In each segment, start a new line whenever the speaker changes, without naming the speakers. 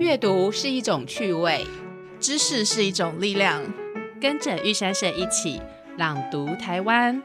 阅读是一种趣味，
知识是一种力量。
跟着玉山社一起朗读台湾。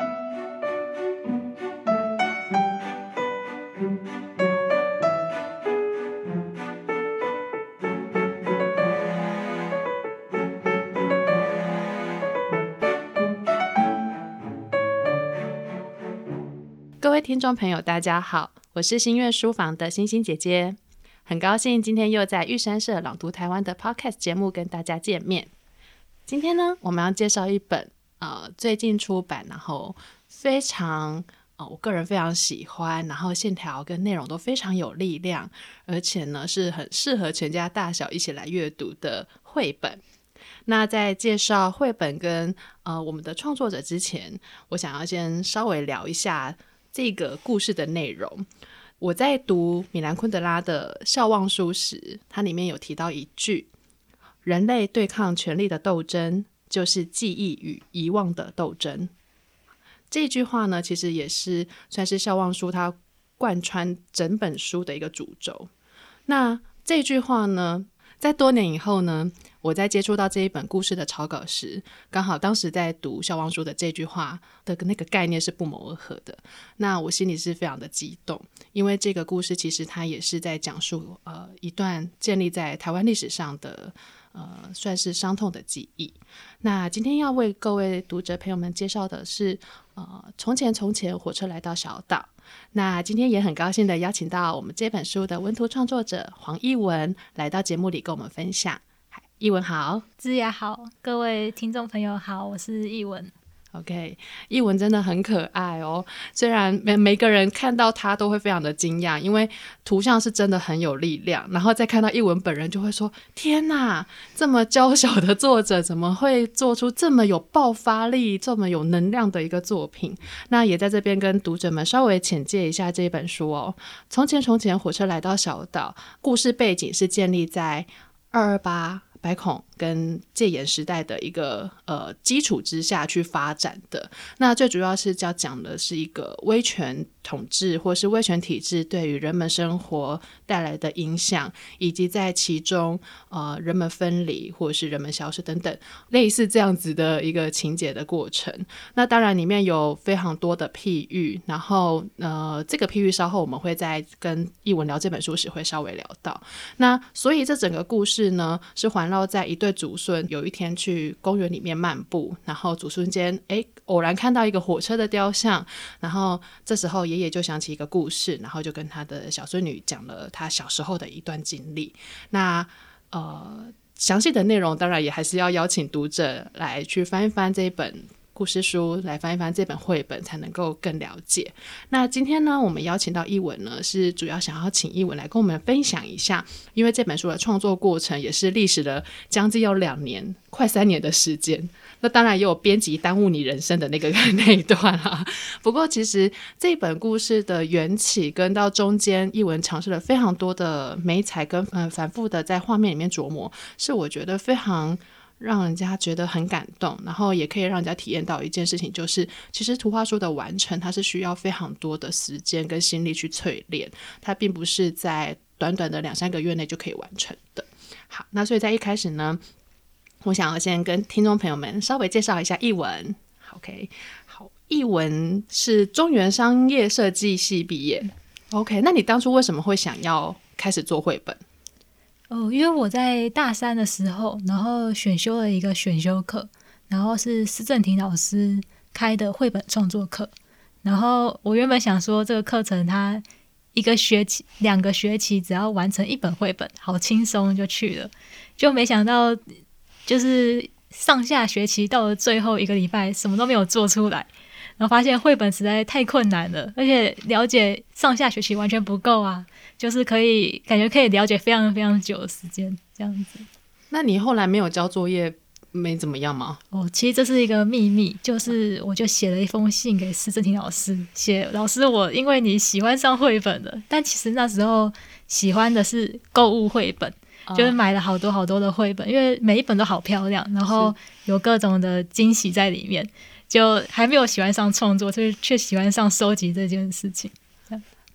各位听众朋友大家好，我是新月书房的星星姐姐，很高兴今天又在玉山社朗读台湾的 Podcast 节目跟大家见面。今天呢，我们要介绍一本最近出版，然后非常我个人非常喜欢，然后线条跟内容都非常有力量，而且呢是很适合全家大小一起来阅读的绘本。那在介绍绘本跟我们的创作者之前，我想要先稍微聊一下这个故事的内容。我在读米兰昆德拉的《笑忘书》时，它里面有提到一句：人类对抗权力的斗争，就是记忆与遗忘的斗争。这句话呢，其实也是算是《笑忘书》它贯穿整本书的一个主轴。那这句话呢，在多年以后呢，我在接触到这一本故事的草稿时，刚好当时在读《笑忘书》的这句话的那个概念是不谋而合的。那我心里是非常的激动，因为这个故事其实它也是在讲述一段建立在台湾历史上的算是伤痛的记忆。那今天要为各位读者朋友们介绍的是从前从前火车来到小岛。那今天也很高兴的邀请到我们这本书的文图创作者黄艺文来到节目里跟我们分享。艺文好。
枝雅好，各位听众朋友好，我是艺文。
OK， 艺文真的很可爱哦，虽然每个人看到他都会非常的惊讶，因为图像是真的很有力量，然后再看到艺文本人就会说，天哪，这么娇小的作者怎么会做出这么有爆发力这么有能量的一个作品。那也在这边跟读者们稍微简介一下这本书哦。从前从前火车来到小岛，故事背景是建立在228白孔跟戒严时代的一个基础之下去发展的。那最主要是要讲的是一个威权统治或是威权体制对于人们生活带来的影响，以及在其中人们分离或是人们消失等等类似这样子的一个情节的过程。那当然里面有非常多的譬喻，然后这个譬喻稍后我们会在跟艺文聊这本书时会稍微聊到。那所以这整个故事呢是环绕在一对祖孙有一天去公园里面漫步，然后祖孙间偶然看到一个火车的雕像，然后这时候爷爷就想起一个故事，然后就跟他的小孙女讲了他小时候的一段经历。那详细的内容当然也还是要邀请读者来去翻一翻这一本故事书，来翻一翻这本绘本才能够更了解。那今天呢，我们邀请到艺文呢，是主要想要请艺文来跟我们分享一下，因为这本书的创作过程也是历时了将近要2年快3年的时间。那当然也有编辑耽误你人生的那一段啊。不过其实这本故事的缘起跟到中间艺文尝试了非常多的媒材跟反复的在画面里面琢磨，是我觉得非常让人家觉得很感动，然后也可以让人家体验到一件事情，就是其实图画书的完成它是需要非常多的时间跟心力去淬炼，它并不是在短短的2-3个月内就可以完成的。好，那所以在一开始呢，我想要先跟听众朋友们稍微介绍一下艺文。 OK， 好，艺文是中原商业设计系毕业。 OK， 那你当初为什么会想要开始做绘本？
因为我在大3的时候，然后选修了一个选修课，然后是施正廷老师开的绘本创作课。然后我原本想说，这个课程它1个学期、2个学期只要完成1本绘本，好轻松就去了。就没想到，就是上下学期到了最后1个礼拜，什么都没有做出来。然后发现绘本实在太困难了，而且了解上下学期完全不够啊，就是感觉可以了解非常非常久的时间这样子。
那你后来没有交作业没怎么样吗？
其实这是一个秘密，就是我就写了一封信给施正廷老师，写老师我因为你喜欢上绘本了，但其实那时候喜欢的是购物绘本，就是买了好多好多的绘本，因为每一本都好漂亮，然后有各种的惊喜在里面，就还没有喜欢上创作，就是却喜欢上收集这件事情。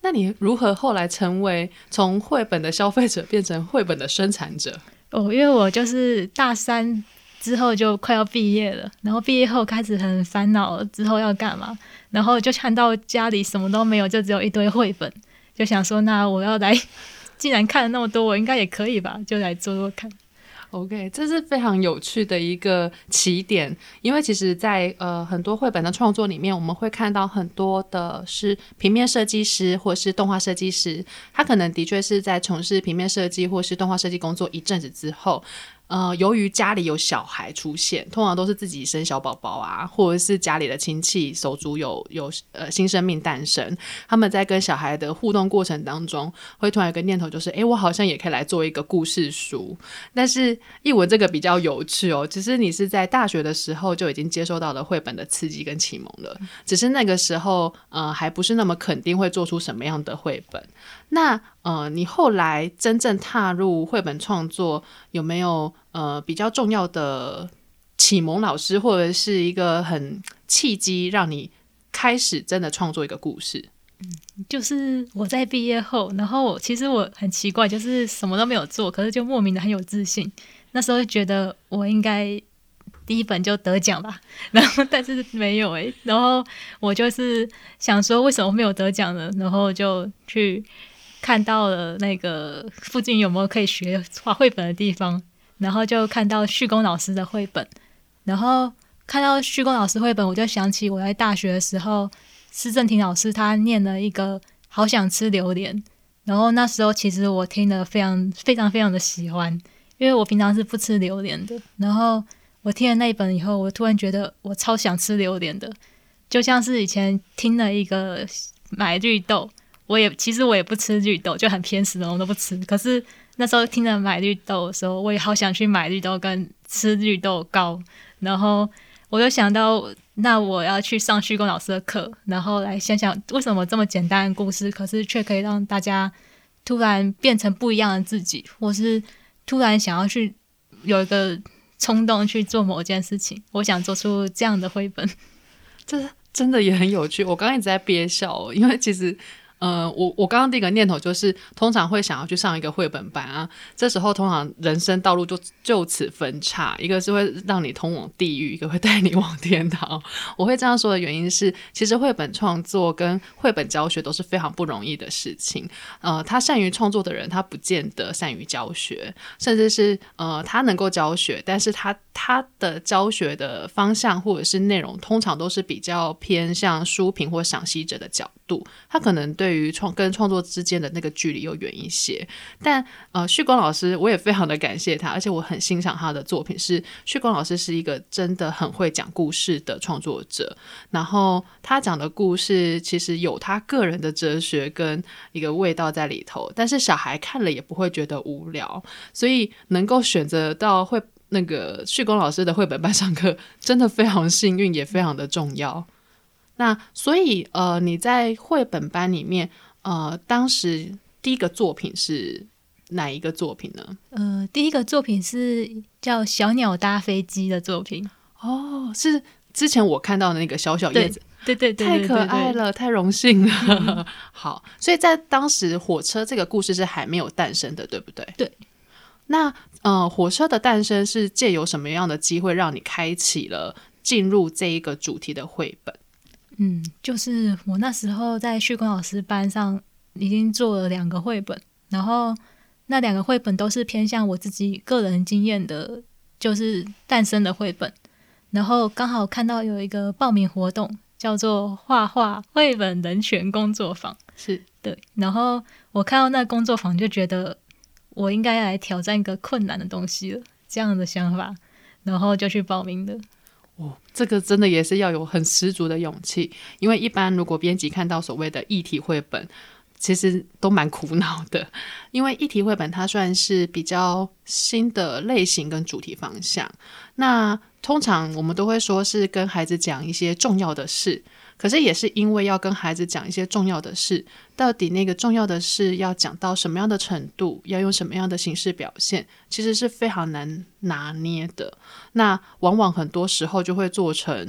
那你如何后来成为从绘本的消费者变成绘本的生产者？
因为我就是大三之后就快要毕业了，然后毕业后开始很烦恼之后要干嘛，然后就看到家里什么都没有，就只有一堆绘本，就想说那我要来，既然看了那么多，我应该也可以吧，就来做做看。
OK， 这是非常有趣的一个起点，因为其实在很多绘本的创作里面，我们会看到很多的是平面设计师或是动画设计师，他可能的确是在从事平面设计或是动画设计工作一阵子之后，由于家里有小孩出现，通常都是自己生小宝宝啊，或者是家里的亲戚手足有新生命诞生，他们在跟小孩的互动过程当中，会突然有个念头，就是我好像也可以来做一个故事书。但是艺文这个比较有趣哦，其实你是在大学的时候就已经接受到了绘本的刺激跟启蒙了，只是那个时候还不是那么肯定会做出什么样的绘本。那你后来真正踏入绘本创作，有没有比较重要的启蒙老师，或者是一个很契机，让你开始真的创作一个故事？
就是我在毕业后，然后其实我很奇怪，就是什么都没有做，可是就莫名的很有自信。那时候就觉得我应该第一本就得奖吧，然后但是没有然后我就是想说为什么没有得奖呢？然后就去看到了那个附近有没有可以学画绘本的地方，然后就看到旭公老师的绘本，然后看到旭公老师绘本，我就想起我在大学的时候，施正廷老师他念了一个好想吃榴莲，然后那时候其实我听了非常非常非常的喜欢，因为我平常是不吃榴莲的，然后我听了那一本以后，我突然觉得我超想吃榴莲的，就像是以前听了一个买绿豆，其实我也不吃绿豆，就很偏食的我都不吃，可是那时候听了买绿豆的时候，我也好想去买绿豆跟吃绿豆糕，然后我就想到那我要去上旭公老师的课，然后来想想为什么这么简单的故事，可是却可以让大家突然变成不一样的自己，或是突然想要去有一个冲动去做某件事情，我想做出这样的绘本。
这真的也很有趣，我刚刚一直在憋笑因为其实我刚刚第一个念头就是，通常会想要去上一个绘本班啊，这时候通常人生道路就此分叉，一个是会让你通往地狱，一个会带你往天堂。我会这样说的原因是，其实绘本创作跟绘本教学都是非常不容易的事情。他善于创作的人，他不见得善于教学，甚至是他能够教学，但是他的教学的方向或者是内容，通常都是比较偏向书评或赏析者的角度，他可能对于跟创作之间的那个距离又远一些。但旭光老师我也非常的感谢他，而且我很欣赏他的作品，是旭光老师是一个真的很会讲故事的创作者，然后他讲的故事其实有他个人的哲学跟一个味道在里头，但是小孩看了也不会觉得无聊，所以能够选择到那个旭光老师的绘本班上课，真的非常幸运，也非常的重要。那所以你在绘本班里面当时第一个作品是哪一个作品呢？
第一个作品是叫小鸟搭飞机的作品。
是之前我看到的那个小小叶子，
对，
太可爱了，太荣幸了好，所以在当时火车这个故事是还没有诞生的，对不对？
对。
那火车的诞生是借由什么样的机会让你开启了进入这一个主题的绘本？
就是我那时候在旭光老师班上已经做了2个绘本，然后那2个绘本都是偏向我自己个人经验的，就是诞生的绘本。然后刚好看到有一个报名活动叫做画画绘本人权工作坊，
是
对，然后我看到那工作坊就觉得我应该来挑战一个困难的东西了，这样的想法，然后就去报名的。
这个真的也是要有很十足的勇气，因为一般如果编辑看到所谓的议题绘本，其实都蛮苦恼的，因为议题绘本它算是比较新的类型跟主题方向，那通常我们都会说是跟孩子讲一些重要的事，可是也是因为要跟孩子讲一些重要的事，到底那个重要的事要讲到什么样的程度，要用什么样的形式表现，其实是非常难拿捏的。那往往很多时候就会做成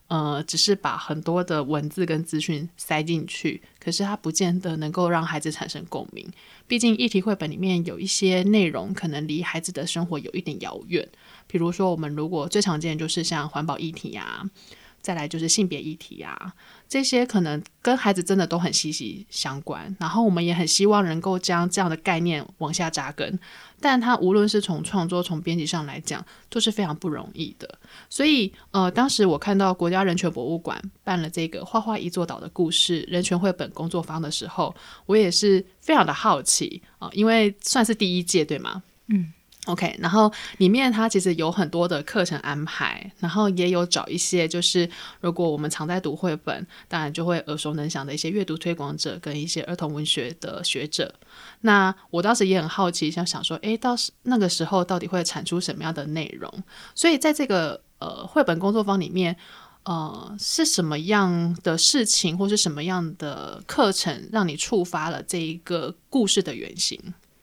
只是把很多的文字跟资讯塞进去，可是它不见得能够让孩子产生共鸣。毕竟议题绘本里面有一些内容可能离孩子的生活有一点遥远，比如说我们如果最常见的就是像环保议题啊，再来就是性别议题啊，这些可能跟孩子真的都很息息相关，然后我们也很希望能够将这样的概念往下扎根，但它无论是从创作从编辑上来讲都是非常不容易的。所以当时我看到国家人权博物馆办了这个画画一座岛的故事人权绘本工作坊的时候，我也是非常的好奇因为算是第一届对吗？OK， 然后里面它其实有很多的课程安排，然后也有找一些就是如果我们常在读绘本当然就会耳熟能详的一些阅读推广者跟一些儿童文学的学者。那我当时也很好奇想说到那个时候到底会产出什么样的内容，所以在这个绘本工作坊里面是什么样的事情或是什么样的课程让你触发了这一个故事的原型？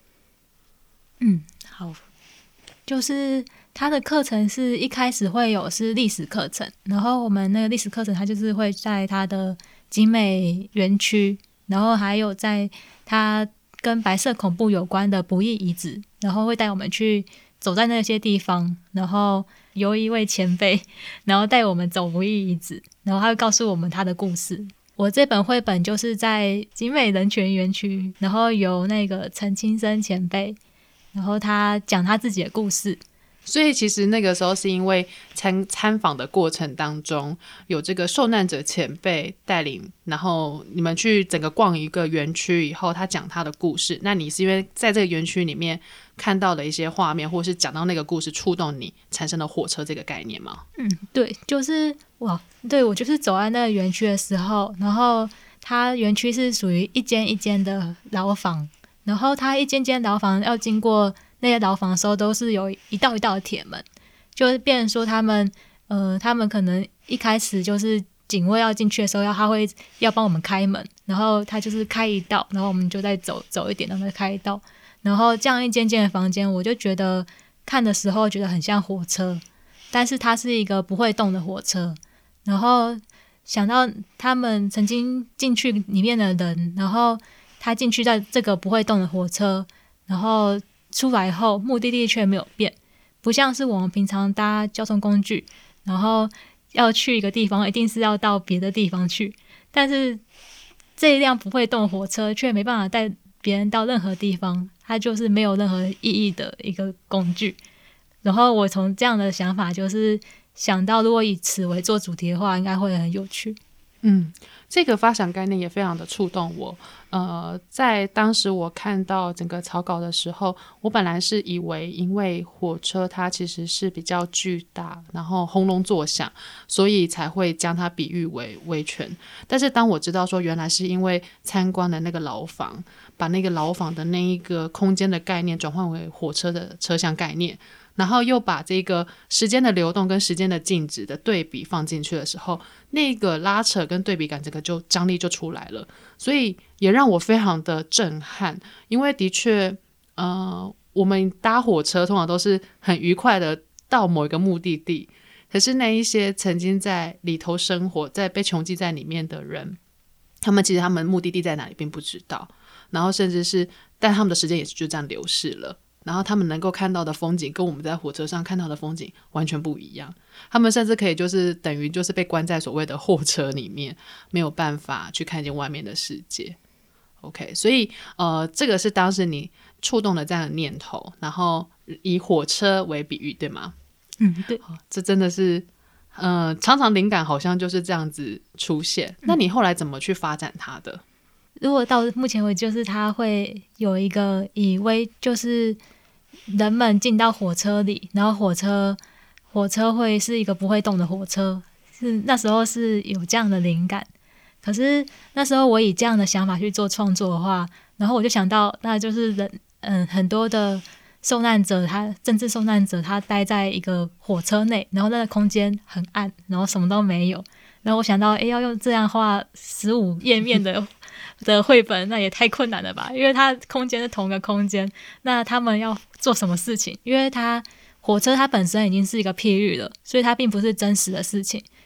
好，就是他的课程是一开始会有是历史课程，然后我们那个历史课程他就是会在他的景美园区，然后还有在他跟白色恐怖有关的不义遗址，然后会带我们去走在那些地方，然后由一位前辈然后带我们走不义遗址，然后他会告诉我们他的故事。我这本绘本就是在景美人权园区，然后由那个陈清生前辈，然后他讲他自己的故事。
所以其实那个时候是因为参访的过程当中有这个受难者前辈带领，然后你们去整个逛一个园区以后他讲他的故事，那你是因为在这个园区里面看到的一些画面或是讲到那个故事触动你产生了火车这个概念吗？
对，就是对，我就是走在那个园区的时候，然后它园区是属于一间一间的牢房，然后它一间间牢房要经过那些牢房的时候都是有一道一道的铁门，就是变成说他们可能一开始就是警卫要进去的时候他会要帮我们开门，然后他就是开一道，然后我们就再走一点，然后再开一道，然后这样一间间的房间，我就觉得看的时候觉得很像火车，但是它是一个不会动的火车，然后想到他们曾经进去里面的人，然后他进去在这个不会动的火车，然后出来后目的地却没有变，不像是我们平常搭交通工具，然后要去一个地方一定是要到别的地方去，但是这一辆不会动的火车却没办法带别人到任何地方，它就是没有任何意义的一个工具。然后我从这样的想法就是想到如果以此为做主题的话应该会很有趣。
这个发想概念也非常的触动我。在当时我看到整个草稿的时候，我本来是以为因为火车它其实是比较巨大，然后轰隆作响，所以才会将它比喻为威权。但是当我知道说原来是因为参观的那个牢房，把那个牢房的那一个空间的概念转换为火车的车厢概念，然后又把这个时间的流动跟时间的静止的对比放进去的时候，那个拉扯跟对比感整个就张力就出来了，所以也让我非常的震撼。因为的确我们搭火车通常都是很愉快的到某一个目的地，可是那一些曾经在里头生活在被穷积在里面的人，他们其实他们目的地在哪里并不知道，然后甚至是但他们的时间也就这样流逝了，然后他们能够看到的风景跟我们在火车上看到的风景完全不一样，他们甚至可以就是等于就是被关在所谓的货车里面，没有办法去看见外面的世界。 OK， 所以这个是当时你触动了这样的念头，然后以火车为比喻对吗？
对，
这真的是常常灵感好像就是这样子出现。那你后来怎么去发展它的？
如果到目前为止就是它会有一个以为就是人们进到火车里，然后火车会是一个不会动的火车，是那时候是有这样的灵感。可是那时候我以这样的想法去做创作的话，然后我就想到那就是很多的受难者，政治受难者他待在一个火车内，然后那个空间很暗，然后什么都没有，然后我想到要用这样画15页面的绘本那也太困难了吧，因为它空间是同一个空间，那他们要做什么事情？因为火车它本身已经是一个譬喻了，所以它并不是真实的事情，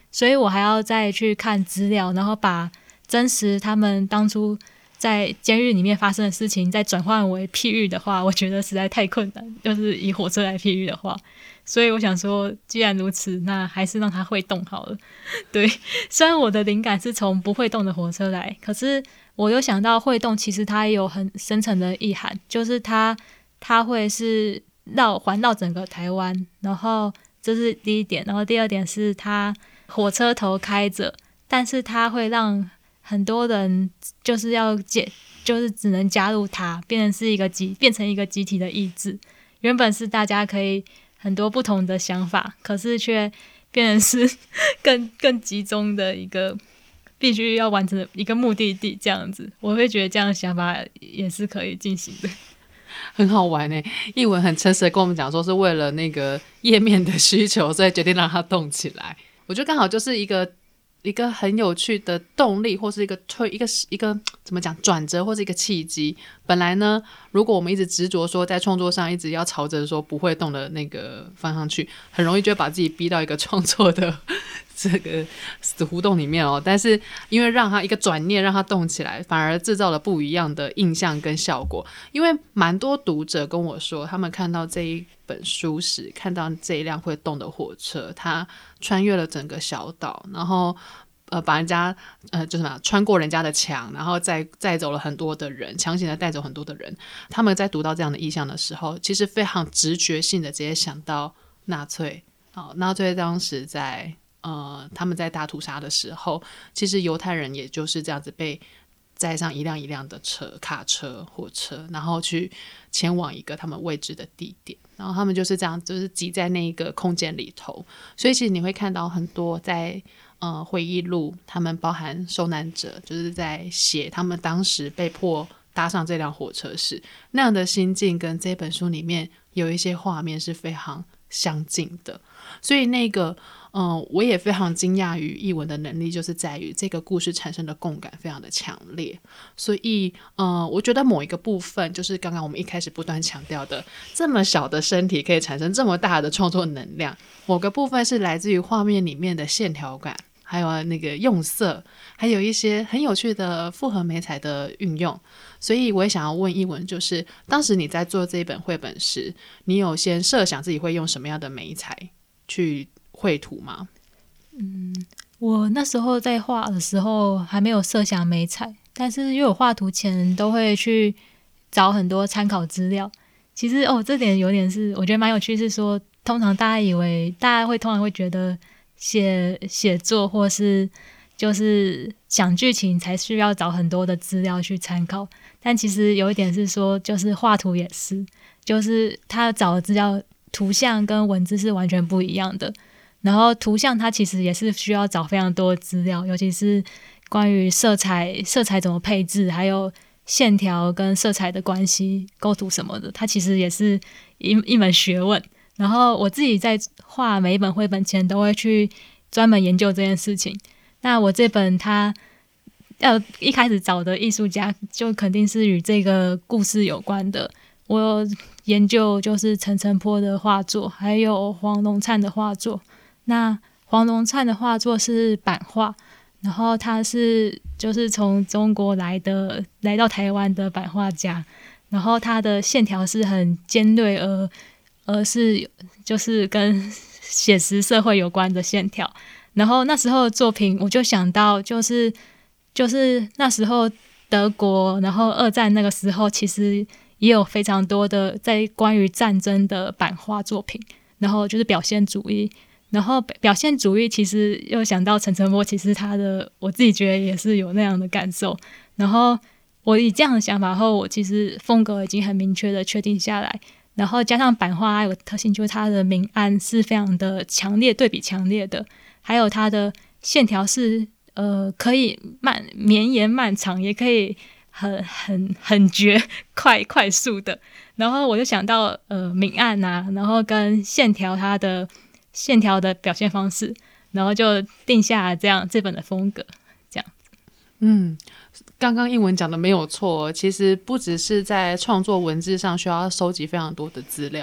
所以我还要再去看资料，然后把真实他们当初在监狱里面发生的事情再转换为譬喻的话，我觉得实在太困难，就是以火车来譬喻的话，所以我想说既然如此，那还是让它会动好了。对，虽然我的灵感是从不会动的火车来，可是我有想到会动其实它也有很深层的意涵，就是它会是环绕整个台湾，然后这是第一点，然后第二点是它火车头开着，但是它会让很多人就是就是只能加入它，变成一个集体的意志。原本是大家可以很多不同的想法，可是却变成是更集中的一个必须要完成的一个目的地这样子。我会觉得这样的想法也是可以进行的。
很好玩耶，艺文很诚实的跟我们讲说是为了那个页面的需求，所以决定让它动起来。我觉得刚好就是一个很有趣的动力，或是一个怎么讲转折，或是一个契机。本来呢，如果我们一直执着说在创作上一直要朝着说不会动的那个方向去，很容易就会把自己逼到一个创作的这个死胡同里面哦。但是因为让它一个转念让它动起来，反而制造了不一样的印象跟效果。因为蛮多读者跟我说，他们看到这一本书时，看到这一辆会动的火车，它穿越了整个小岛，然后把人家就什么穿过人家的墙，然后载走了很多的人，强行的带走很多的人。他们在读到这样的意象的时候，其实非常直觉性的直接想到纳粹。纳粹当时在他们在大屠杀的时候，其实犹太人也就是这样子被载上一辆一辆的卡车火车，然后去前往一个他们未知的地点，然后他们就是这样就是挤在那个空间里头。所以其实你会看到很多在回忆录，他们包含受难者就是在写他们当时被迫搭上这辆火车时那样的心境，跟这本书里面有一些画面是非常相近的。所以那个我也非常惊讶于艺文的能力，就是在于这个故事产生的共感非常的强烈。所以我觉得某一个部分就是刚刚我们一开始不断强调的，这么小的身体可以产生这么大的创作能量，某个部分是来自于画面里面的线条感，还有那个用色，还有一些很有趣的复合媒材的运用。所以我也想要问艺文，就是当时你在做这一本绘本时，你有先设想自己会用什么样的媒材去绘图吗？
我那时候在画的时候还没有设想媒材，但是因为我画图前都会去找很多参考资料。其实这点有点是我觉得蛮有趣，是说通常大家通常会觉得写作或是就是讲剧情才需要找很多的资料去参考，但其实有一点是说就是画图也是，就是他找的资料图像跟文字是完全不一样的。然后图像它其实也是需要找非常多的资料，尤其是关于色彩怎么配置，还有线条跟色彩的关系、构图什么的，它其实也是一门学问。然后我自己在画每一本绘本前都会去专门研究这件事情。那我这本它要一开始找的艺术家就肯定是与这个故事有关的。我有研究就是陈澄波的画作，还有黄龙灿的画作。那黄龙灿的画作是版画，然后他是就是从中国来到台湾的版画家，然后他的线条是很尖锐，而是就是跟写实社会有关的线条。然后那时候的作品我就想到就是那时候德国，然后二战那个时候其实也有非常多的在关于战争的版画作品，然后就是表现主义。然后表现主义其实又想到陈澄波，其实他的我自己觉得也是有那样的感受。然后我以这样的想法后，我其实风格已经很明确的确定下来。然后加上版画还有特性，就是它的明暗是非常的强烈，对比强烈的，还有它的线条是可以绵延漫长，也可以很绝快速的。然后我就想到明暗啊，然后跟线条它的线条的表现方式，然后就定下这本的风格这样。
刚刚英文讲的没有错，其实不只是在创作文字上需要收集非常多的资料，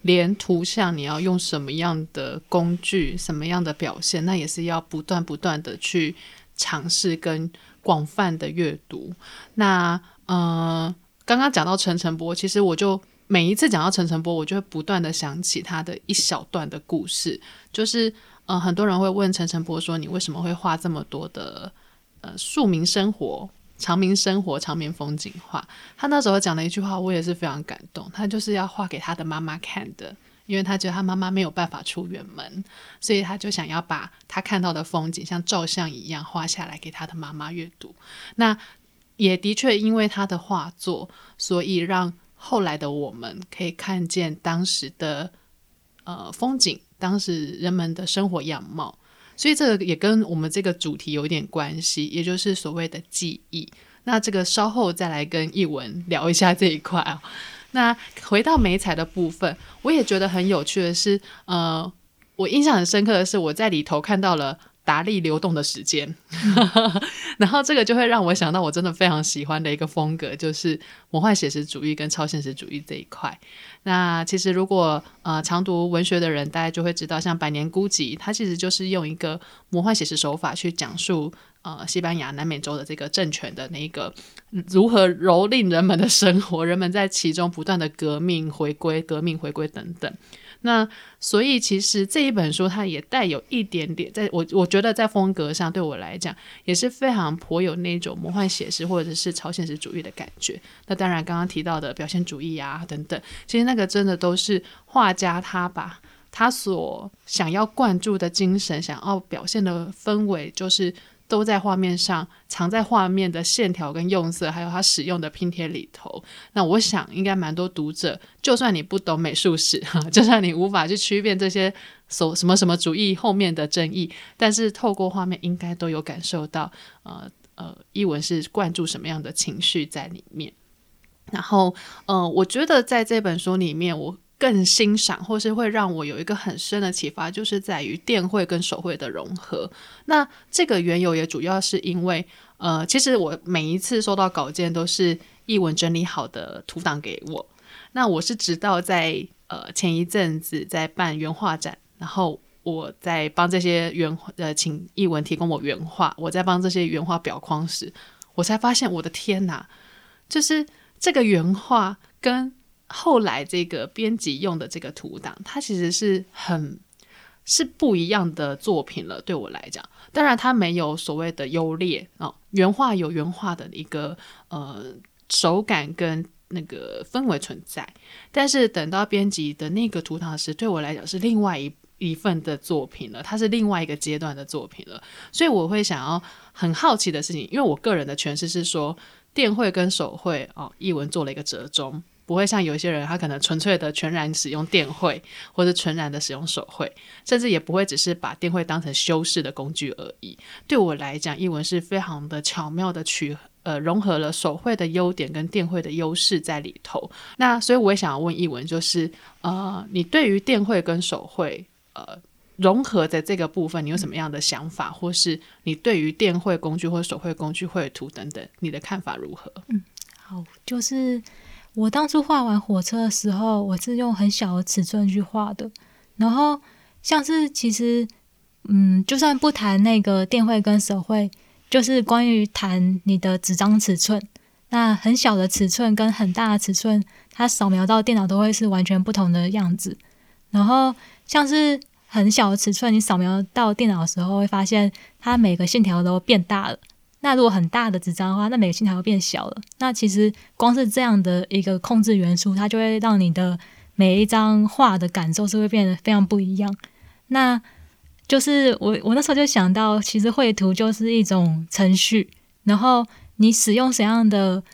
连图像你要用什么样的工具，什么样的表现，那也是要不断的去尝试跟广泛的阅读。那刚刚讲到陈澄波，其实我就每一次讲到陈澄波，我就会不断的想起他的一小段的故事，就是很多人会问陈澄波说，你为什么会画这么多的庶民生活、常民生活、常民风景画？他那时候讲的一句话，我也是非常感动。他就是要画给他的妈妈看的，因为他觉得他妈妈没有办法出远门，所以他就想要把他看到的风景像照相一样画下来给他的妈妈阅读。那也的确因为他的画作，所以让后来的我们可以看见当时的风景，当时人们的生活样貌。所以这个也跟我们这个主题有一点关系，也就是所谓的记忆。那这个稍后再来跟艺文聊一下这一块哦。那回到媒材的部分，我也觉得很有趣的是，我印象很深刻的是，我在里头看到了达利流动的时间然后这个就会让我想到我真的非常喜欢的一个风格，就是魔幻写实主义跟超现实主义这一块。那其实如果常读文学的人大概就会知道，像百年孤寂它其实就是用一个魔幻写实手法去讲述西班牙南美洲的这个政权的那个如何蹂躏人们的生活，人们在其中不断的革命回归等等。那所以其实这一本书它也带有一点点，我觉得在风格上对我来讲也是非常颇有那种魔幻写实或者是超现实主义的感觉。那当然刚刚提到的表现主义啊等等，其实那个真的都是画家他把他所想要灌注的精神，想要表现的氛围，就是都在画面上，藏在画面的线条跟用色，还有他使用的拼贴里头。那我想应该蛮多读者，就算你不懂美术史，就算你无法去区辨这些什么什么主义后面的争议，但是透过画面应该都有感受到艺文是灌注什么样的情绪在里面。然后我觉得在这本书里面，我更欣赏或是会让我有一个很深的启发，就是在于电绘跟手绘的融合。那这个缘由也主要是因为其实我每一次收到稿件都是艺文整理好的图档给我，那我是直到在前一阵子在办原画展，然后我在帮这些请艺文提供我原画，我在帮这些原画裱框时，我才发现我的天哪，就是这个原画跟后来这个编辑用的这个图档，它其实是不一样的作品了，对我来讲。当然它没有所谓的优劣原画有原画的一个手感跟那个氛围存在，但是等到编辑的那个图档时，对我来讲是另外一份的作品了，它是另外一个阶段的作品了。所以我会想要很好奇的事情，因为我个人的诠释是说，电绘跟手绘艺文做了一个折中，不会像有些人他可能纯粹的全然使用电绘，或者纯然的使用手绘，甚至也不会只是把电绘当成修饰的工具而已。对我来讲，艺文是非常的巧妙的融合了手绘的优点跟电绘的优势在里头。那所以我也想要问艺文，就是你对于电绘跟手绘融合的这个部分，你有什么样的想法，或是你对于电绘工具或手绘工具绘图等等，你的看法如何？
好，就是我当初画完火车的时候，我是用很小的尺寸去画的。然后像是其实就算不谈那个电绘跟手绘，就是关于谈你的纸张尺寸，那很小的尺寸跟很大的尺寸，它扫描到电脑都会是完全不同的样子。然后像是很小的尺寸，你扫描到电脑的时候会发现它每个线条都变大了。那如果很大的纸张的话，那每个线条都变小了。那其实光是这样的一个控制元素，它就会让你的每一张画的感受是会变得非常不一样。那就是我那时候就想到，其实绘图就是一种程序，然后你使用怎样的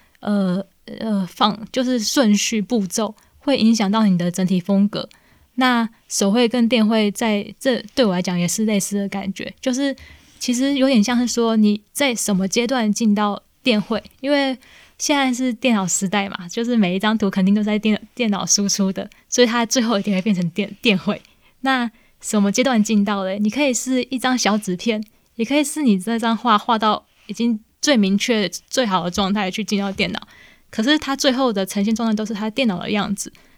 就是顺序步骤，会影响到你的整体风格。那手绘跟电绘在这对我来讲也是类似的感觉，就是其实有点像是说你在什么阶段进到电绘，因为现在是电脑时代嘛，就是每一张图肯定都在电脑输出的，所以它最后一定会变成电绘。那什么阶段进到了？你可以是一张小纸片，也可以是你这张画到已经最明确最好的状态去进到电脑，可是它最后的呈现状态都是它电脑的样子。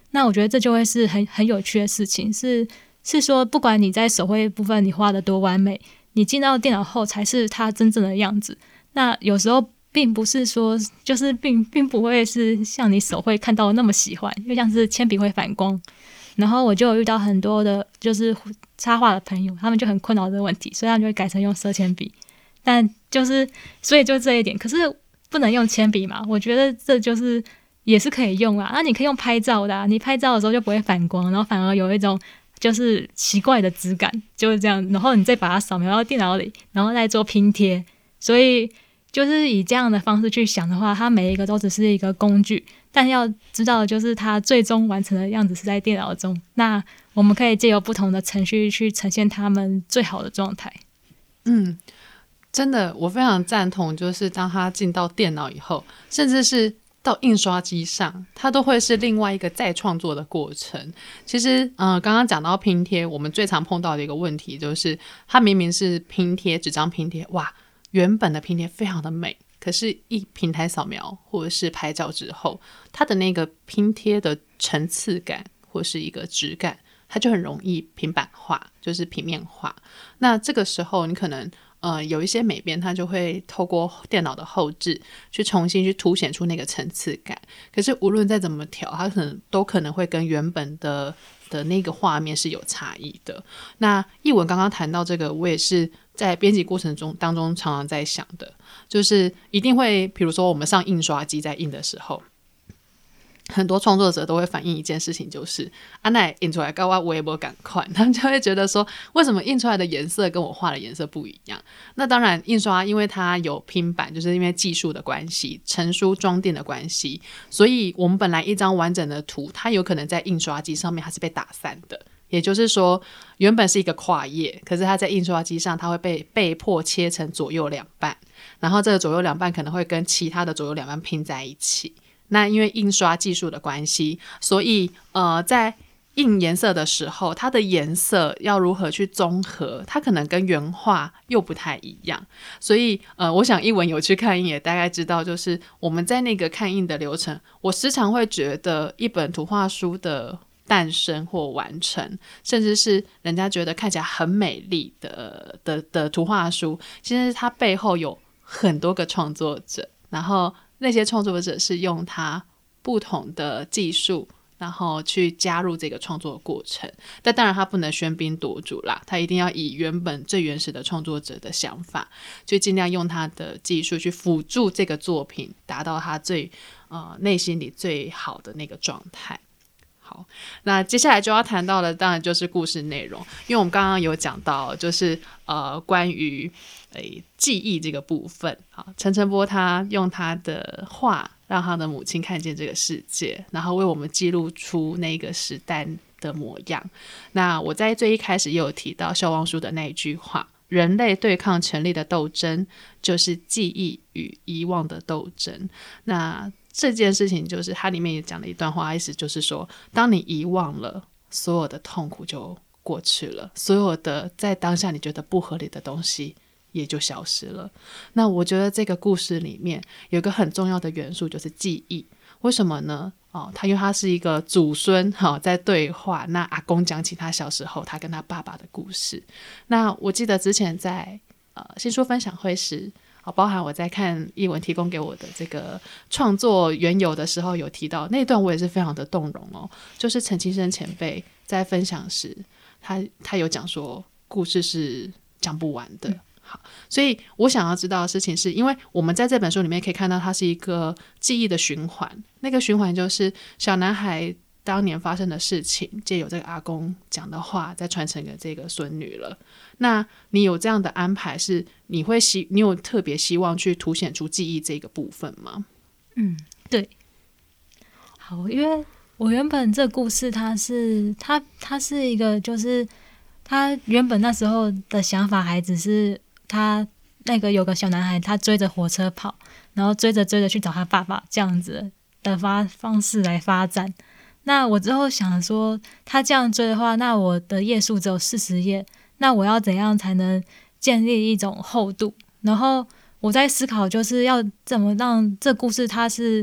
那我觉得这就会是很有趣的事情，是说不管你在手绘部分你画的多完美，你进到电脑后才是它真正的样子。那有时候并不是说就是并不会是像你手绘看到的那么喜欢，因为像是铅笔会反光，然后我就有遇到很多的就是插画的朋友，他们就很困扰这个问题，所以他们就会改成用色铅笔。但就是所以就这一点，可是不能用铅笔嘛，我觉得这就是也是可以用啊。那你可以用拍照的你拍照的时候就不会反光，然后反而有一种就是奇怪的质感，就是这样，然后你再把它扫描到电脑里，然后再做拼贴。所以就是以这样的方式去想的话，它每一个都只是一个工具，但要知道就是它最终完成的样子是在电脑中，那我们可以借由不同的程序去呈现它们最好的状态。
真的我非常赞同，就是当它进到电脑以后，甚至是到印刷机上，它都会是另外一个再创作的过程。其实刚刚讲到拼贴，我们最常碰到的一个问题就是它明明是拼贴，纸张拼贴，哇，原本的拼贴非常的美，可是一平台扫描或者是拍照之后，它的那个拼贴的层次感或是一个质感，它就很容易平板化，就是平面化。那这个时候你可能有一些美编它就会透过电脑的后置去重新去凸显出那个层次感，可是无论再怎么调，它都可能会跟原本的那个画面是有差异的。那艺文刚刚谈到这个，我也是在编辑过程当中常常在想的，就是一定会比如说我们上印刷机在印的时候，很多创作者都会反映一件事情，就是那印出来跟我也没赶快，他们就会觉得说为什么印出来的颜色跟我画的颜色不一样。那当然印刷因为它有拼版，就是因为技术的关系，成书装订的关系，所以我们本来一张完整的图，它有可能在印刷机上面它是被打散的，也就是说原本是一个跨页，可是它在印刷机上它会被迫切成左右两半，然后这个左右两半可能会跟其他的左右两半拼在一起。那因为印刷技术的关系，所以在印颜色的时候，它的颜色要如何去综合，它可能跟原画又不太一样。所以我想艺文有去看印也大概知道，就是我们在那个看印的流程，我时常会觉得一本图画书的诞生或完成，甚至是人家觉得看起来很美丽的图画书，其实它背后有很多个创作者，然后那些创作者是用他不同的技术然后去加入这个创作过程，但当然他不能喧宾夺主啦，他一定要以原本最原始的创作者的想法，就尽量用他的技术去辅助这个作品达到他最内心里最好的那个状态。好，那接下来就要谈到的当然就是故事内容，因为我们刚刚有讲到就是关于记忆这个部分。好，陈澄波他用他的画让他的母亲看见这个世界，然后为我们记录出那个时代的模样。那我在最一开始也有提到萧望舒的那一句话，人类对抗权力的斗争就是记忆与遗忘的斗争。那这件事情就是它里面也讲了一段话，意思就是说当你遗忘了，所有的痛苦就过去了，所有的在当下你觉得不合理的东西也就消失了。那我觉得这个故事里面有一个很重要的元素就是记忆。为什么呢？因为他是一个祖孙在对话，那阿公讲起他小时候他跟他爸爸的故事。那我记得之前在新书分享会时，包含我在看艺文提供给我的这个创作缘由的时候有提到那段，我也是非常的动容就是陈其生前辈在分享时他有讲说故事是讲不完的。好，所以我想要知道的事情是，因为我们在这本书里面可以看到它是一个记忆的循环，那个循环就是小男孩当年发生的事情借由这个阿公讲的话再传承给这个孙女了。那你有这样的安排，是你有特别希望去凸显出记忆这个部分吗？
对。好，因为我原本这故事它是一个，就是他原本那时候的想法还只是他那个有个小男孩，他追着火车跑，然后追着去找他爸爸，这样子的方式来发展。那我之后想说，他这样追的话，那我的页数只有40页，那我要怎样才能建立一种厚度？然后我在思考，就是要怎么让这故事它是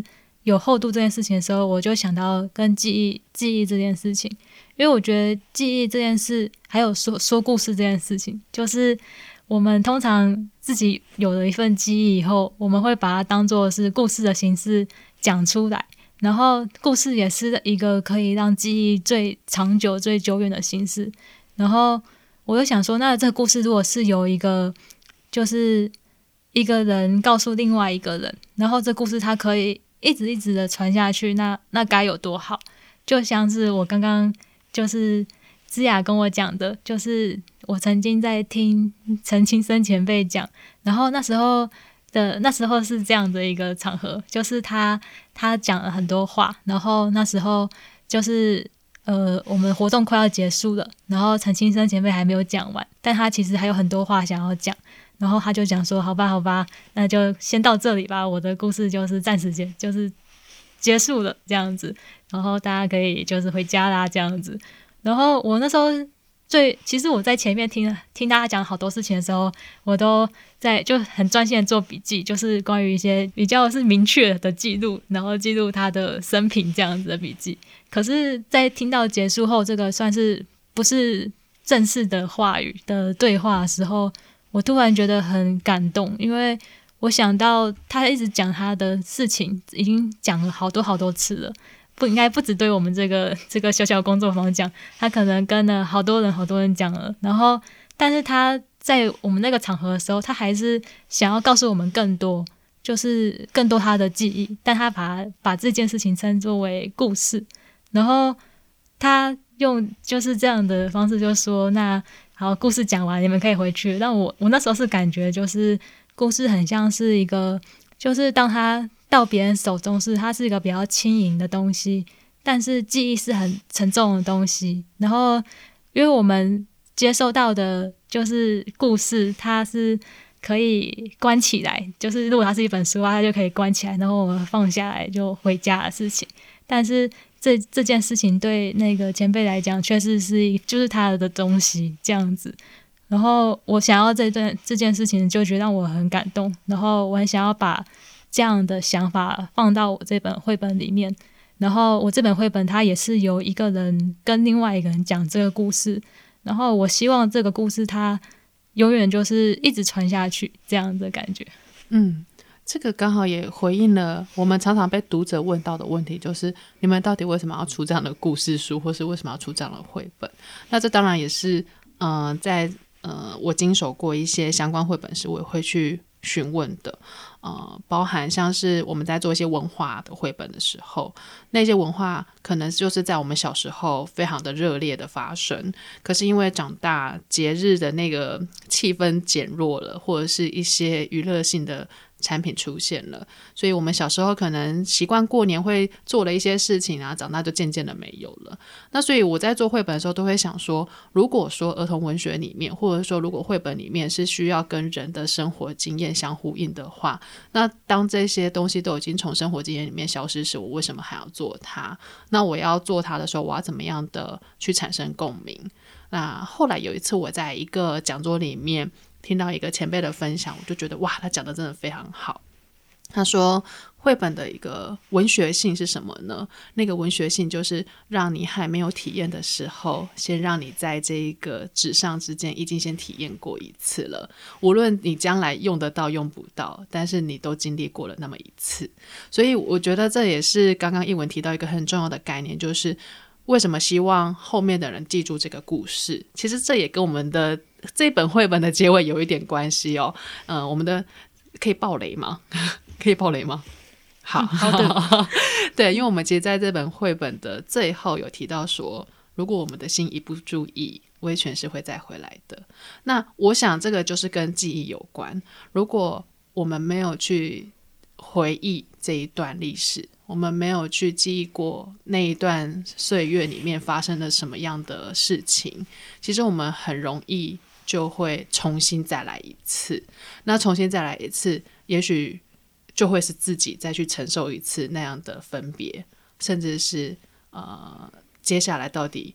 有厚度这件事情的时候，我就想到跟记忆这件事情，因为我觉得记忆这件事，还有说故事这件事情，就是我们通常自己有了一份记忆以后，我们会把它当作是故事的形式讲出来，然后故事也是一个可以让记忆最长久、最久远的形式。然后我就想说，那这个故事如果是有一个，就是一个人告诉另外一个人，然后这故事它可以一直的传下去，那该有多好？就像是我刚刚就是芝雅跟我讲的，就是我曾经在听陈清生前辈讲，然后那时候是这样的一个场合，就是他讲了很多话，然后那时候就是我们活动快要结束了，然后陈清生前辈还没有讲完，但他其实还有很多话想要讲，然后他就讲说好吧，那就先到这里吧，我的故事就是暂时就是结束了这样子，然后大家可以就是回家啦这样子。然后我那时候其实我在前面听大家讲好多事情的时候，我都就很专心的做笔记，就是关于一些比较是明确的记录，然后记录他的生平这样子的笔记。可是在听到结束后，这个算是不是正式的话语的对话的时候，我突然觉得很感动，因为我想到他一直讲他的事情，已经讲了好多次了，应该不只对我们这个小小工作坊讲，他可能跟了好多人讲了，然后但是他在我们那个场合的时候，他还是想要告诉我们更多，就是更多他的记忆，但他把这件事情称作为故事，然后他用就是这样的方式就说，那好，故事讲完你们可以回去。但我那时候是感觉就是故事很像是一个，就是当他到别人手中它是一个比较轻盈的东西，但是记忆是很沉重的东西。然后因为我们接收到的就是故事，它是可以关起来，就是如果它是一本书它就可以关起来，然后我们放下来就回家的事情。但是这件事情对那个前辈来讲确实是就是他的东西这样子。然后我想要这件事情就觉得让我很感动，然后我很想要把这样的想法放到我这本绘本里面。然后我这本绘本它也是由一个人跟另外一个人讲这个故事，然后我希望这个故事它永远就是一直传下去这样的感觉。
这个刚好也回应了我们常常被读者问到的问题，就是你们到底为什么要出这样的故事书，或是为什么要出这样的绘本。那这当然也是在我经手过一些相关绘本时我也会去询问的，包含像是我们在做一些文化的绘本的时候，那些文化可能就是在我们小时候非常的热烈的发生，可是因为长大节日的那个气氛减弱了，或者是一些娱乐性的产品出现了，所以我们小时候可能习惯过年会做了一些事情啊，长大就渐渐的没有了。那所以我在做绘本的时候都会想说，如果说儿童文学里面，或者说如果绘本里面是需要跟人的生活经验相呼应的话，那当这些东西都已经从生活经验里面消失时，我为什么还要做它？那我要做它的时候，我要怎么样的去产生共鸣？那后来有一次我在一个讲座里面听到一个前辈的分享，我就觉得哇，他讲的真的非常好。他说绘本的一个文学性是什么呢？那个文学性就是让你还没有体验的时候，先让你在这一个纸上之间已经先体验过一次了，无论你将来用得到用不到，但是你都经历过了那么一次。所以我觉得这也是刚刚一文提到一个很重要的概念，就是为什么希望后面的人记住这个故事。其实这也跟我们的这本绘本的结尾有一点关系哦。我们的可以爆雷吗？可以爆雷吗？好的对，因为我们其实在这本绘本的最后有提到说，如果我们的心一不注意，威权是会再回来的。那我想这个就是跟记忆有关，如果我们没有去回忆这一段历史，我们没有去记忆过那一段岁月里面发生了什么样的事情，其实我们很容易就会重新再来一次。那重新再来一次，也许就会是自己再去承受一次那样的分别，甚至是接下来到底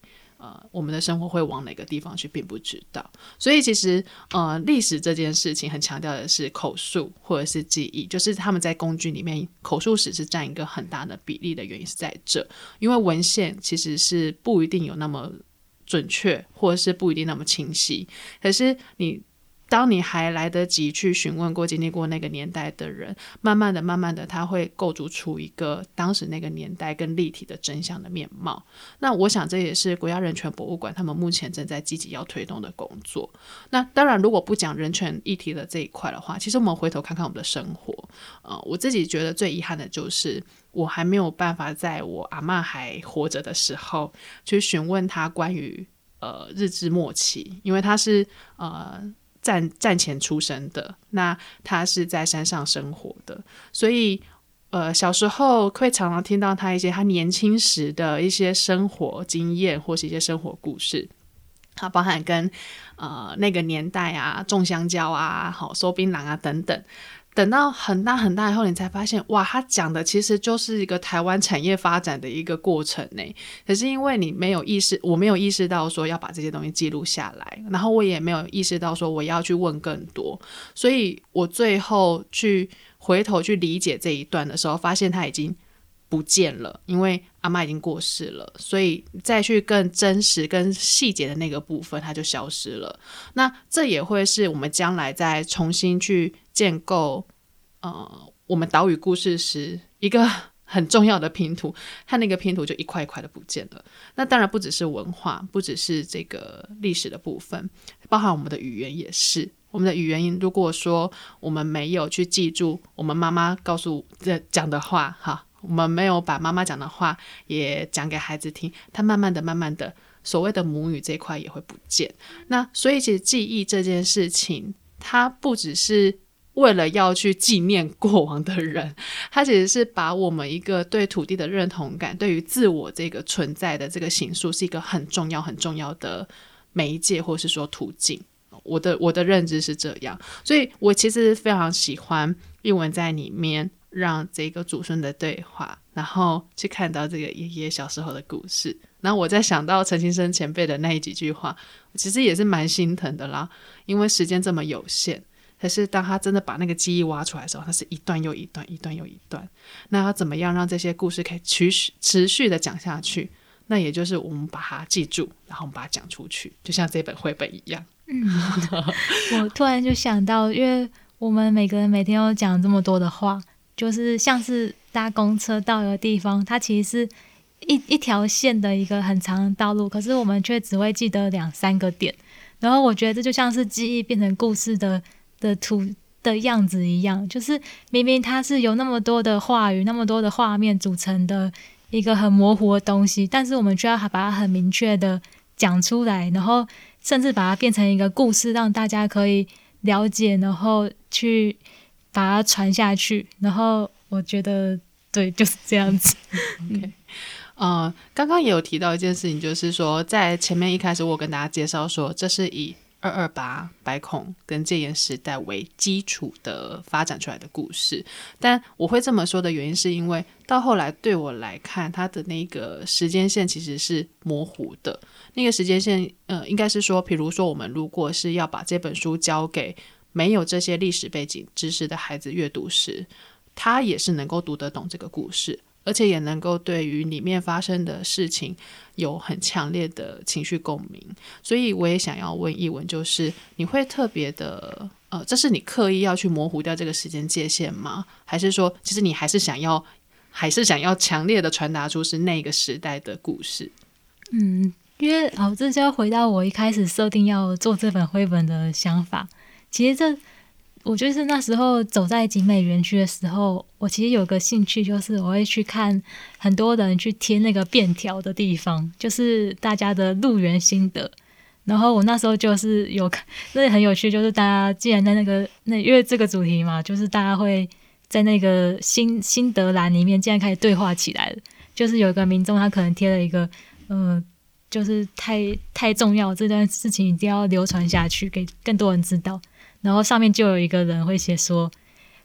我们的生活会往哪个地方去并不知道。所以其实历史这件事情很强调的是口述或者是记忆，就是他们在工具里面口述史是占一个很大的比例的原因是在这，因为文献其实是不一定有那么准确，或者是不一定那么清晰，可是当你还来得及去询问过经历过那个年代的人，慢慢的他会构筑出一个当时那个年代跟立体的真相的面貌。那我想这也是国家人权博物馆他们目前正在积极要推动的工作。那当然如果不讲人权议题的这一块的话，其实我们回头看看我们的生活，我自己觉得最遗憾的就是我还没有办法在我阿嬷还活着的时候去询问她关于日治末期，因为她是战前出生的，那他是在山上生活的，所以小时候会常常听到他一些他年轻时的一些生活经验或是一些生活故事，它包含跟那个年代啊种香蕉啊好收槟榔啊等等。等到很大很大以后，你才发现哇，他讲的其实就是一个台湾产业发展的一个过程呢。可是因为我没有意识到说要把这些东西记录下来，然后我也没有意识到说我要去问更多，所以我最后回头去理解这一段的时候，发现他已经不见了，因为阿嬷已经过世了，所以再去更真实跟细节的那个部分它就消失了。那这也会是我们将来再重新去建构我们岛屿故事时一个很重要的拼图，它那个拼图就一块一块的不见了。那当然不只是文化，不只是这个历史的部分，包含我们的语言也是。我们的语言如果说我们没有去记住我们妈妈讲的话哈，我们没有把妈妈讲的话也讲给孩子听，它慢慢的所谓的母语这一块也会不见。那所以其实记忆这件事情，它不只是为了要去纪念过往的人，它其实是把我们一个对土地的认同感，对于自我这个存在的这个形塑是一个很重要的媒介或是说途径。我的认知是这样，所以我其实非常喜欢艺文在里面让这个祖孙的对话，然后去看到这个爷爷小时候的故事，然后我再想到陈先生前辈的那几句话，其实也是蛮心疼的啦，因为时间这么有限，可是当他真的把那个记忆挖出来的时候，它是一段又一段一段又一段，那要怎么样让这些故事可以持续的讲下去，那也就是我们把它记住，然后我们把它讲出去，就像这本绘本一样。
我突然就想到，因为我们每个人每天都讲这么多的话，就是像是搭公车到一个地方，它其实是一条线的一个很长的道路，可是我们却只会记得2-3个点，然后我觉得这就像是记忆变成故事的图的样子一样，就是明明它是有那么多的话语那么多的画面组成的一个很模糊的东西，但是我们却要把它很明确的讲出来，然后甚至把它变成一个故事，让大家可以了解，然后去把它传下去。然后我觉得对，就是这样子。
OK，刚刚也有提到一件事情，就是说在前面一开始我跟大家介绍说，这是以228白孔跟戒严时代为基础的发展出来的故事，但我会这么说的原因是因为到后来对我来看，它的那个时间线其实是模糊的。那个时间线应该是说，比如说我们如果是要把这本书交给没有这些历史背景知识的孩子阅读时，他也是能够读得懂这个故事，而且也能够对于里面发生的事情有很强烈的情绪共鸣。所以我也想要问艺文，就是你会特别的这是你刻意要去模糊掉这个时间界限吗？还是说其实你还是想要强烈的传达出是那个时代的故事？
因为这就要回到我一开始设定要做这本绘本的想法。其实我就是那时候走在景美园区的时候，我其实有个兴趣，就是我会去看很多人去贴那个便条的地方，就是大家的入园心得。然后我那时候就是有看，那很有趣，就是大家既然在因为这个主题嘛，就是大家会在那个心得栏里面竟然开始对话起来了。就是有一个民众他可能贴了一个就是太重要，这段事情一定要流传下去，给更多人知道。然后上面就有一个人会写说，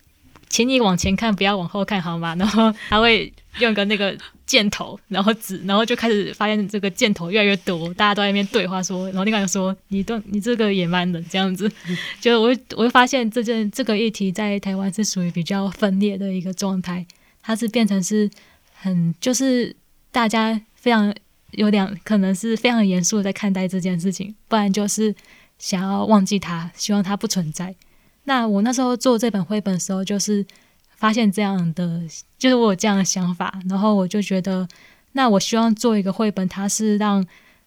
请你往前看，不要往后看，好吗？然后他会用个那个箭头，然后指，然后就开始发现这个箭头越来越多，大家都在那边对话说，然后另外一个说你这个野蛮人这样子，就我会发现这个议题在台湾是属于比较分裂的一个状态，它是变成是就是大家非常可能是非常严肃的在看待这件事情，不然就是想要忘记它，希望它不存在。那我那时候做这本绘本的时候，就是发现这样的，就是我有这样的想法，然后我就觉得，那我希望做一个绘本，它是让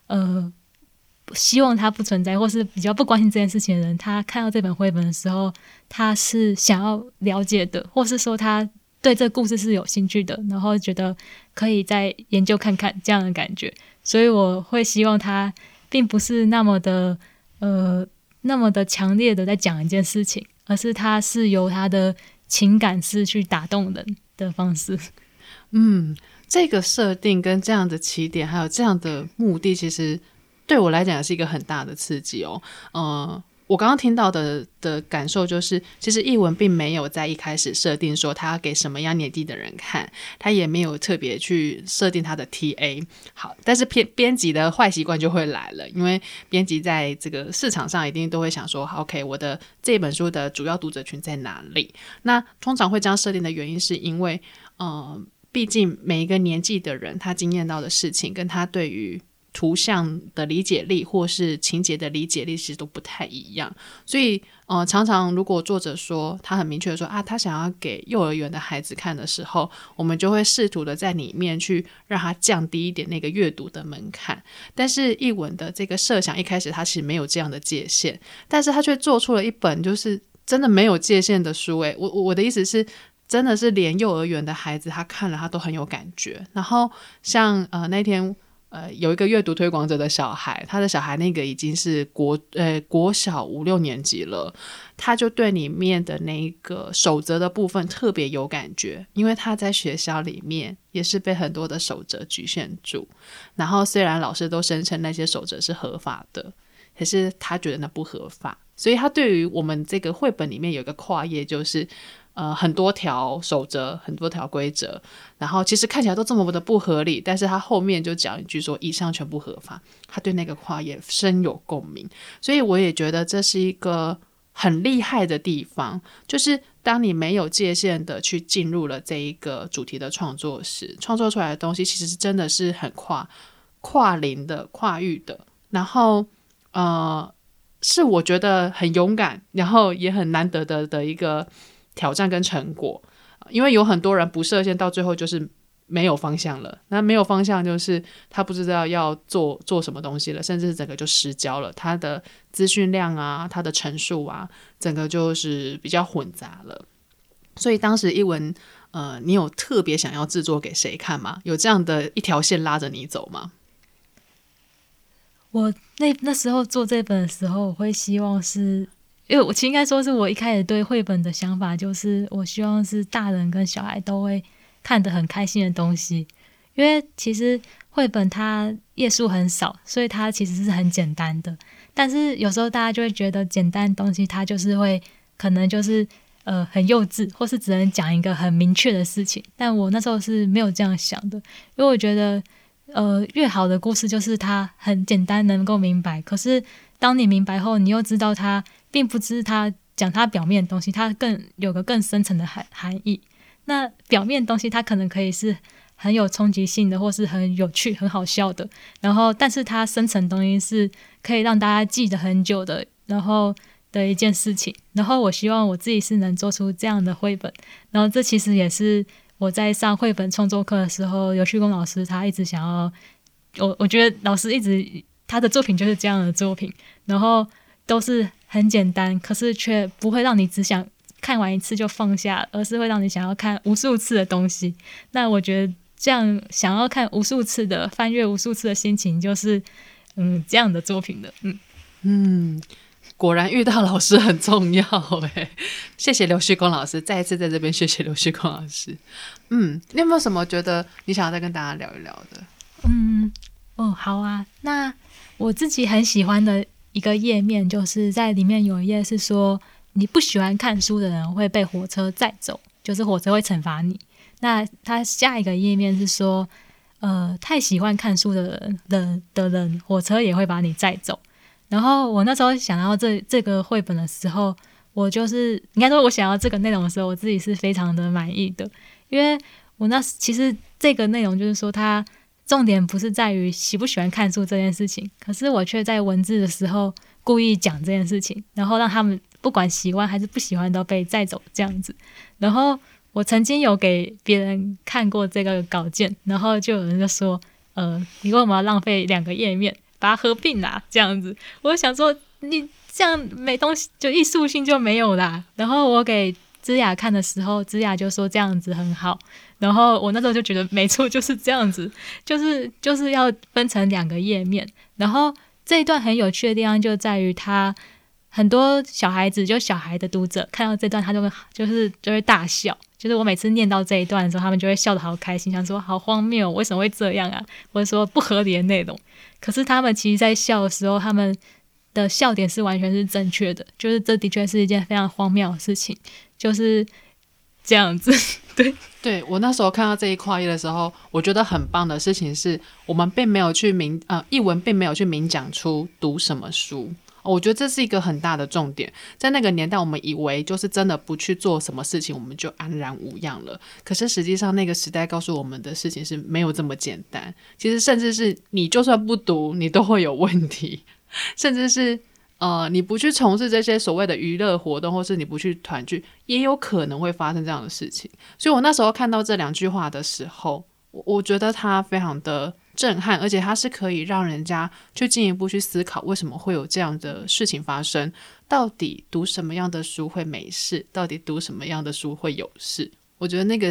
希望它不存在，或是比较不关心这件事情的人，他看到这本绘本的时候，他是想要了解的，或是说他对这个故事是有兴趣的，然后觉得可以再研究看看这样的感觉。所以我会希望他并不是那么的强烈的在讲一件事情，而是他是由他的情感是去打动人的方式。
这个设定跟这样的起点还有这样的目的，其实对我来讲也是一个很大的刺激哦。我刚刚听到的感受就是，其实译文并没有在一开始设定说他要给什么样年纪的人看，他也没有特别去设定他的 TA。 好，但是编辑的坏习惯就会来了，因为编辑在这个市场上一定都会想说 OK， 我的这本书的主要读者群在哪里。那通常会这样设定的原因是因为毕竟每一个年纪的人他经验到的事情跟他对于图像的理解力或是情节的理解力其实都不太一样，所以常常如果作者说他很明确的说他想要给幼儿园的孩子看的时候，我们就会试图的在里面去让他降低一点那个阅读的门槛。但是译文的这个设想一开始他其实没有这样的界限，但是他却做出了一本就是真的没有界限的书。我的意思是真的是连幼儿园的孩子他看了他都很有感觉。然后像那天有一个阅读推广者的小孩，他的小孩那个已经是国小5、6年级了，他就对里面的那个守则的部分特别有感觉，因为他在学校里面也是被很多的守则局限住，然后虽然老师都声称那些守则是合法的，可是他觉得那不合法，所以他对于我们这个绘本里面有一个跨页，就是很多条守则，很多条规则，然后其实看起来都这么的不合理，但是他后面就讲一句说以上全部合法，他对那个跨页深有共鸣。所以我也觉得这是一个很厉害的地方，就是当你没有界限的去进入了这一个主题的创作时，创作出来的东西其实是真的是很跨龄的、跨域的，然后是我觉得很勇敢，然后也很难得的一个挑战跟成果。因为有很多人不设限到最后就是没有方向了，那没有方向就是他不知道要做什么东西了，甚至整个就失焦了，他的资讯量啊，他的陈述啊，整个就是比较混杂了。所以当时译文你有特别想要制作给谁看吗？有这样的一条线拉着你走吗？
我那时候做这本的时候，我会希望是，因为我其实应该说是我一开始对绘本的想法，就是我希望是大人跟小孩都会看得很开心的东西。因为其实绘本它页数很少，所以它其实是很简单的，但是有时候大家就会觉得简单的东西它就是会可能就是很幼稚，或是只能讲一个很明确的事情。但我那时候是没有这样想的，因为我觉得越好的故事就是它很简单能够明白，可是当你明白后，你又知道它并不是它讲它表面的东西，它有个更深层的含义。那表面的东西它可能可以是很有冲击性的，或是很有趣很好笑的，然后但是它深层的东西是可以让大家记得很久的，然后的一件事情。然后我希望我自己是能做出这样的绘本，然后这其实也是我在上绘本创作课的时候，刘旭公老师他一直想要，我觉得老师一直他的作品就是这样的作品，然后都是很简单，可是却不会让你只想看完一次就放下，而是会让你想要看无数次的东西。那我觉得这样想要看无数次的翻阅无数次的心情，就是这样的作品的。
果然遇到老师很重要谢谢刘旭公老师，再一次在这边谢谢刘旭公老师。你有没有什么觉得你想要再跟大家聊一聊的？
好啊。那我自己很喜欢的一个页面，就是在里面有一页是说，你不喜欢看书的人会被火车载走， 就是火车会惩罚你。那他下一个页面是说，太喜欢看书的人，火车也会把你载走。然后我那时候想到这个绘本的时候，我就是应该说，我想要这个内容的时候，我自己是非常的满意的，因为我其实这个内容就是说，它重点不是在于喜不喜欢看书这件事情，可是我却在文字的时候故意讲这件事情，然后让他们不管喜欢还是不喜欢都被载走这样子。然后我曾经有给别人看过这个稿件，然后就有人就说，你为什么要浪费2个页面？把它合并啦，这样子。我想说，你这样没东西，就艺术性就没有啦。然后我给芝雅看的时候，芝雅就说这样子很好。然后我那时候就觉得没错，就是这样子，就是要分成2个页面。然后这一段很有趣的地方就在于，他很多小孩子，就小孩的读者看到这段，他就会大笑。就是我每次念到这一段的时候，他们就会笑得好开心，想说好荒谬，为什么会这样啊？或者说不合理的内容。可是他们其实在笑的时候，他们的笑点是完全是正确的，就是这的确是一件非常荒谬的事情，就是这样子。
对，我那时候看到这一跨页的时候，我觉得很棒的事情是，我们并没有去译文并没有去明讲出读什么书。我觉得这是一个很大的重点。在那个年代，我们以为就是真的不去做什么事情，我们就安然无恙了。可是实际上，那个时代告诉我们的事情是没有这么简单。其实，甚至是你就算不读，你都会有问题。甚至是你不去从事这些所谓的娱乐活动，或是你不去团聚，也有可能会发生这样的事情。所以我那时候看到这2句话的时候，我觉得它非常的震撼，而且它是可以让人家去进一步去思考为什么会有这样的事情发生，到底读什么样的书会没事，到底读什么样的书会有事。我觉得那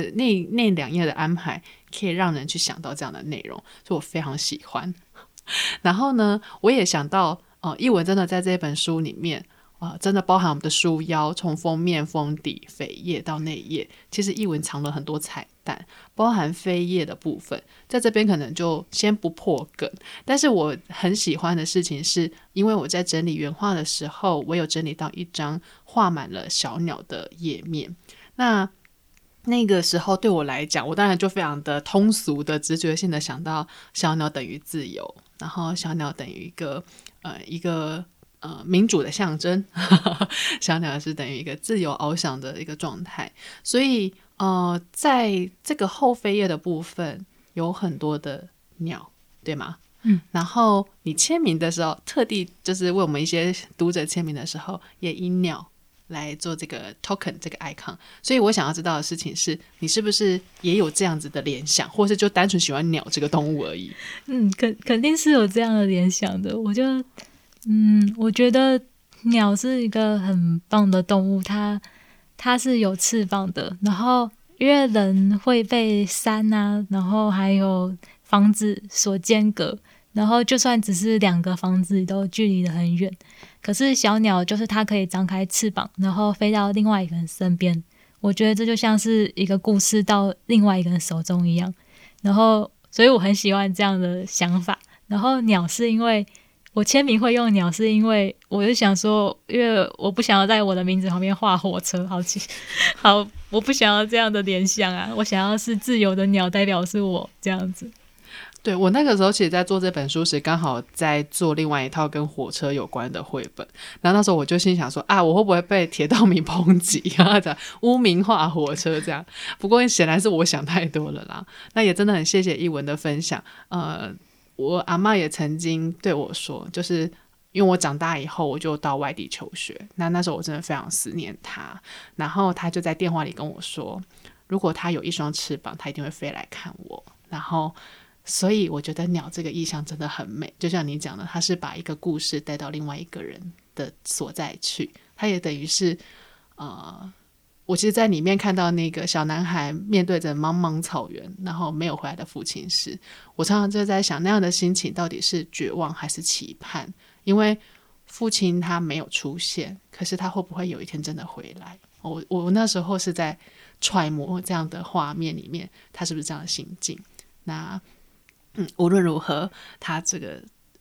2页的安排可以让人去想到这样的内容，所以我非常喜欢。然后呢，我也想到译文真的在这本书里面真的包含我们的书腰，从封面、封底、扉页到内页，其实译文藏了很多彩蛋，包含扉页的部分，在这边可能就先不破梗。但是我很喜欢的事情是，因为我在整理原画的时候，我有整理到一张画满了小鸟的页面。那个时候对我来讲，我当然就非常的通俗的直觉性的想到小鸟等于自由，然后小鸟等于一个民主的象征小鸟是等于一个自由翱翔的一个状态。所以在这个后扉页的部分有很多的鸟，对吗？然后你签名的时候，特地就是为我们一些读者签名的时候，也以鸟来做这个 token 这个 icon。 所以我想要知道的事情是，你是不是也有这样子的联想，或是就单纯喜欢鸟这个动物而已？
肯定是有这样的联想的。我觉得鸟是一个很棒的动物，它是有翅膀的，然后因为人会被山啊，然后还有房子所间隔，然后就算只是2个房子都距离得很远，可是小鸟就是它可以张开翅膀，然后飞到另外一个人身边。我觉得这就像是一个故事到另外一个人手中一样，然后所以我很喜欢这样的想法。然后鸟是因为我签名会用鸟，是因为我就想说，因为我不想要在我的名字旁边画火车，好，我不想要这样的联想啊，我想要是自由的鸟，代表是我这样子。
对，我那个时候其实在做这本书时，刚好在做另外一套跟火车有关的绘本，然后那时候我就心想说我会不会被铁道迷抨击污名化火车这样。不过显然是我想太多了啦。那也真的很谢谢译文的分享。我阿嬷也曾经对我说，就是因为我长大以后我就到外地求学，那时候我真的非常思念他，然后他就在电话里跟我说，如果他有一双翅膀，他一定会飞来看我。然后所以我觉得鸟这个意象真的很美，就像你讲的，它是把一个故事带到另外一个人的所在去，它也等于是我其实在里面看到那个小男孩面对着茫茫草原，然后没有回来的父亲时，我常常就在想，那样的心情到底是绝望还是期盼？因为父亲他没有出现，可是他会不会有一天真的回来？我那时候是在揣摩这样的画面里面，他是不是这样的心境？那无论如何，他这个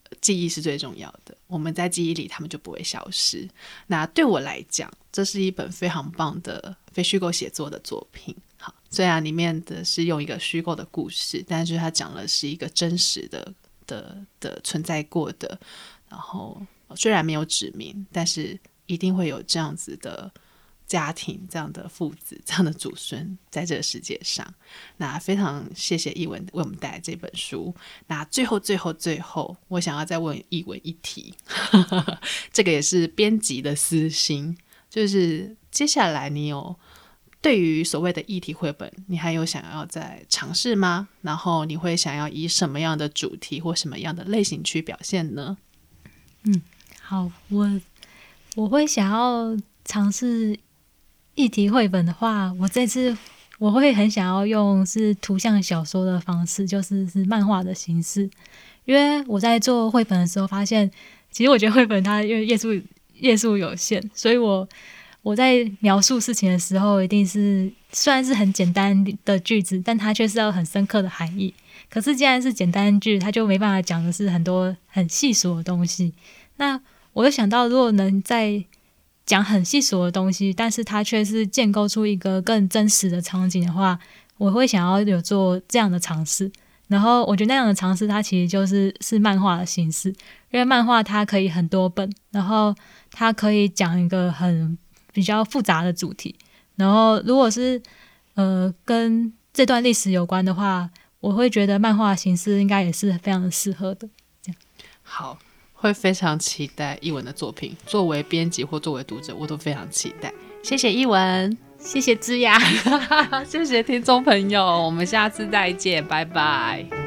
记忆是最重要的，我们在记忆里他们就不会消失。那对我来讲，这是一本非常棒的非虚构写作的作品。好，虽然里面的是用一个虚构的故事，但是它讲的是一个真实的存在过的，然后虽然没有指明，但是一定会有这样子的家庭，这样的父子，这样的祖孙在这个世界上。那非常谢谢译文为我们带来这本书。那最后我想要再问译文一题这个也是编辑的私心，就是接下来你有对于所谓的议题绘本，你还有想要再尝试吗？然后你会想要以什么样的主题或什么样的类型去表现呢？
好，我会想要尝试议题绘本的话，我这次我会很想要用是图像小说的方式，就是漫画的形式。因为我在做绘本的时候发现，其实我觉得绘本它因为页数有限，所以我在描述事情的时候，一定是虽然是很简单的句子，但它却是要很深刻的含义。可是既然是简单句，它就没办法讲的是很多很细琐的东西。那我就想到，如果能在讲很细琐的东西，但是它却是建构出一个更真实的场景的话，我会想要有做这样的尝试。然后我觉得那样的尝试，它其实是漫画的形式，因为漫画它可以很多本，然后它可以讲一个比较复杂的主题。然后如果是跟这段历史有关的话，我会觉得漫画的形式应该也是非常的适合的。这样
好，会非常期待译文的作品，作为编辑或作为读者，我都非常期待。谢谢译文，
谢谢芝雅
谢谢听众朋友，我们下次再见，拜拜。